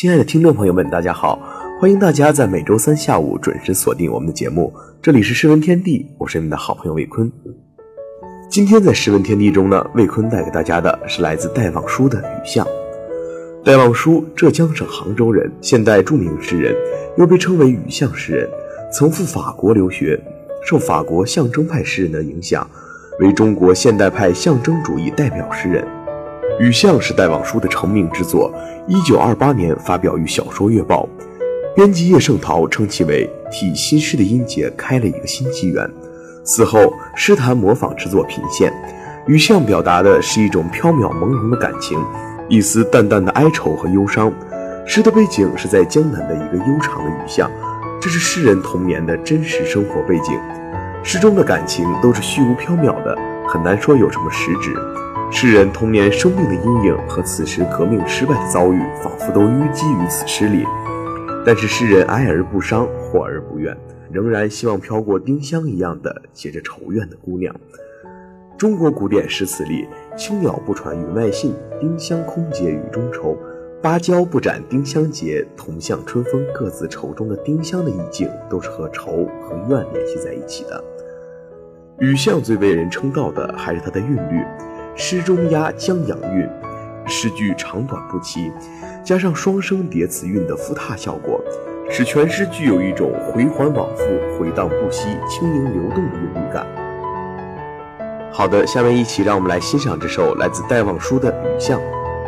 亲爱的听众朋友们，大家好，欢迎大家在每周三下午准时锁定我们的节目，这里是诗文天地，我是你们的好朋友魏坤。今天在诗文天地中呢，魏坤带给大家的是来自戴望舒的《雨巷》。戴望舒，浙江省杭州人，现代著名诗人，又被称为雨巷诗人，曾赴法国留学，受法国象征派诗人的影响，为中国现代派象征主义代表诗人。《雨巷》是戴望舒的成名之作，1928年发表于《小说月报》，编辑叶圣陶称其为替新诗的音节开了一个新纪元。此后诗坛模仿之作频现，《雨巷》表达的是一种飘渺朦胧的感情，一丝淡淡的哀愁和忧伤。诗的背景是在江南的一个悠长的雨巷，这是诗人童年的真实生活背景。诗中的感情都是虚无缥缈的，很难说有什么实质。诗人童年生命的阴影和此时革命失败的遭遇仿佛都淤积于此诗里，但是诗人哀而不伤，惑而不怨，仍然希望飘过丁香一样的写着愁怨的姑娘。中国古典诗词里，青鸟不传云外信，丁香空结雨中愁，芭蕉不展丁香结，同向春风各自愁中的丁香的意境都是和愁和怨联系在一起的。雨巷最为人称道的还是它的韵律，诗中押江洋韵，诗句长短不齐，加上双声叠词韵的复沓效果，使全诗具有一种回环往复、回荡不息、轻盈流动的韵律感。好的，下面一起让我们来欣赏这首来自戴望舒的《雨巷》。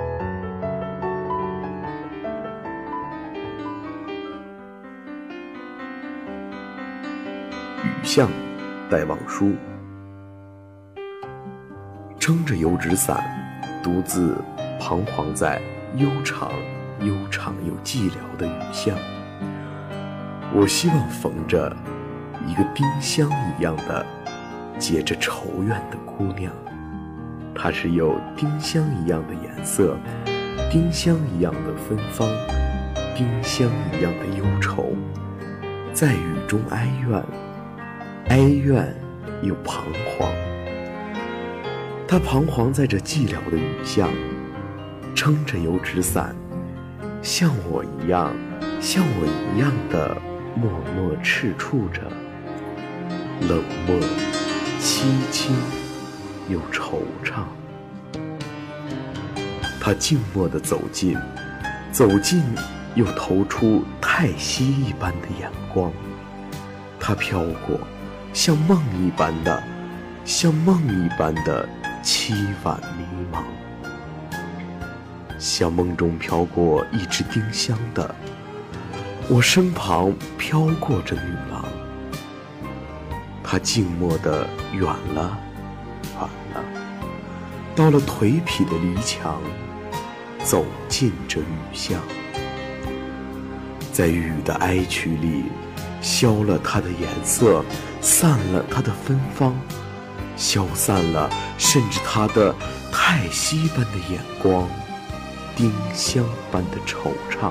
雨巷，戴望舒。撑着油纸伞，独自彷徨在悠长悠长又寂寥的雨巷。我希望逢着一个丁香一样的结着愁怨的姑娘，她是有丁香一样的颜色，丁香一样的芬芳，丁香一样的忧愁，在雨中哀怨，哀怨又彷徨。她彷徨在这寂寥的雨巷，撑着油纸伞，像我一样的默默赤触着，冷漠凄清又惆怅。他静默地走近又投出太息一般的眼光。他飘过，像梦一般的凄婉迷茫，像梦中飘过一只丁香的我身旁飘过着女郎。她静默地远了，到了颓圮的篱墙，走进这雨巷，在雨的哀曲里消了它的颜色，散了它的芬芳，消散了甚至它的太息般的眼光，丁香般的惆怅。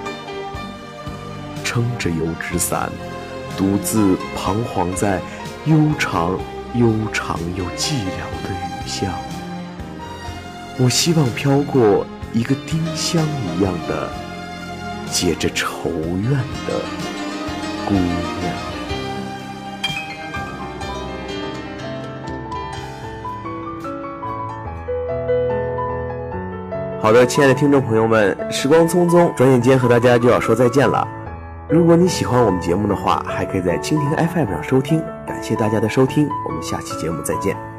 撑着油纸伞，独自彷徨在悠长又寂寥的雨巷。我希望飘过一个丁香一样的结着愁怨的姑娘。好的，亲爱的听众朋友们，时光匆匆，转眼间和大家就要说再见了。如果你喜欢我们节目的话，还可以在蜻蜓 FM 上收听。感谢大家的收听，我们下期节目再见。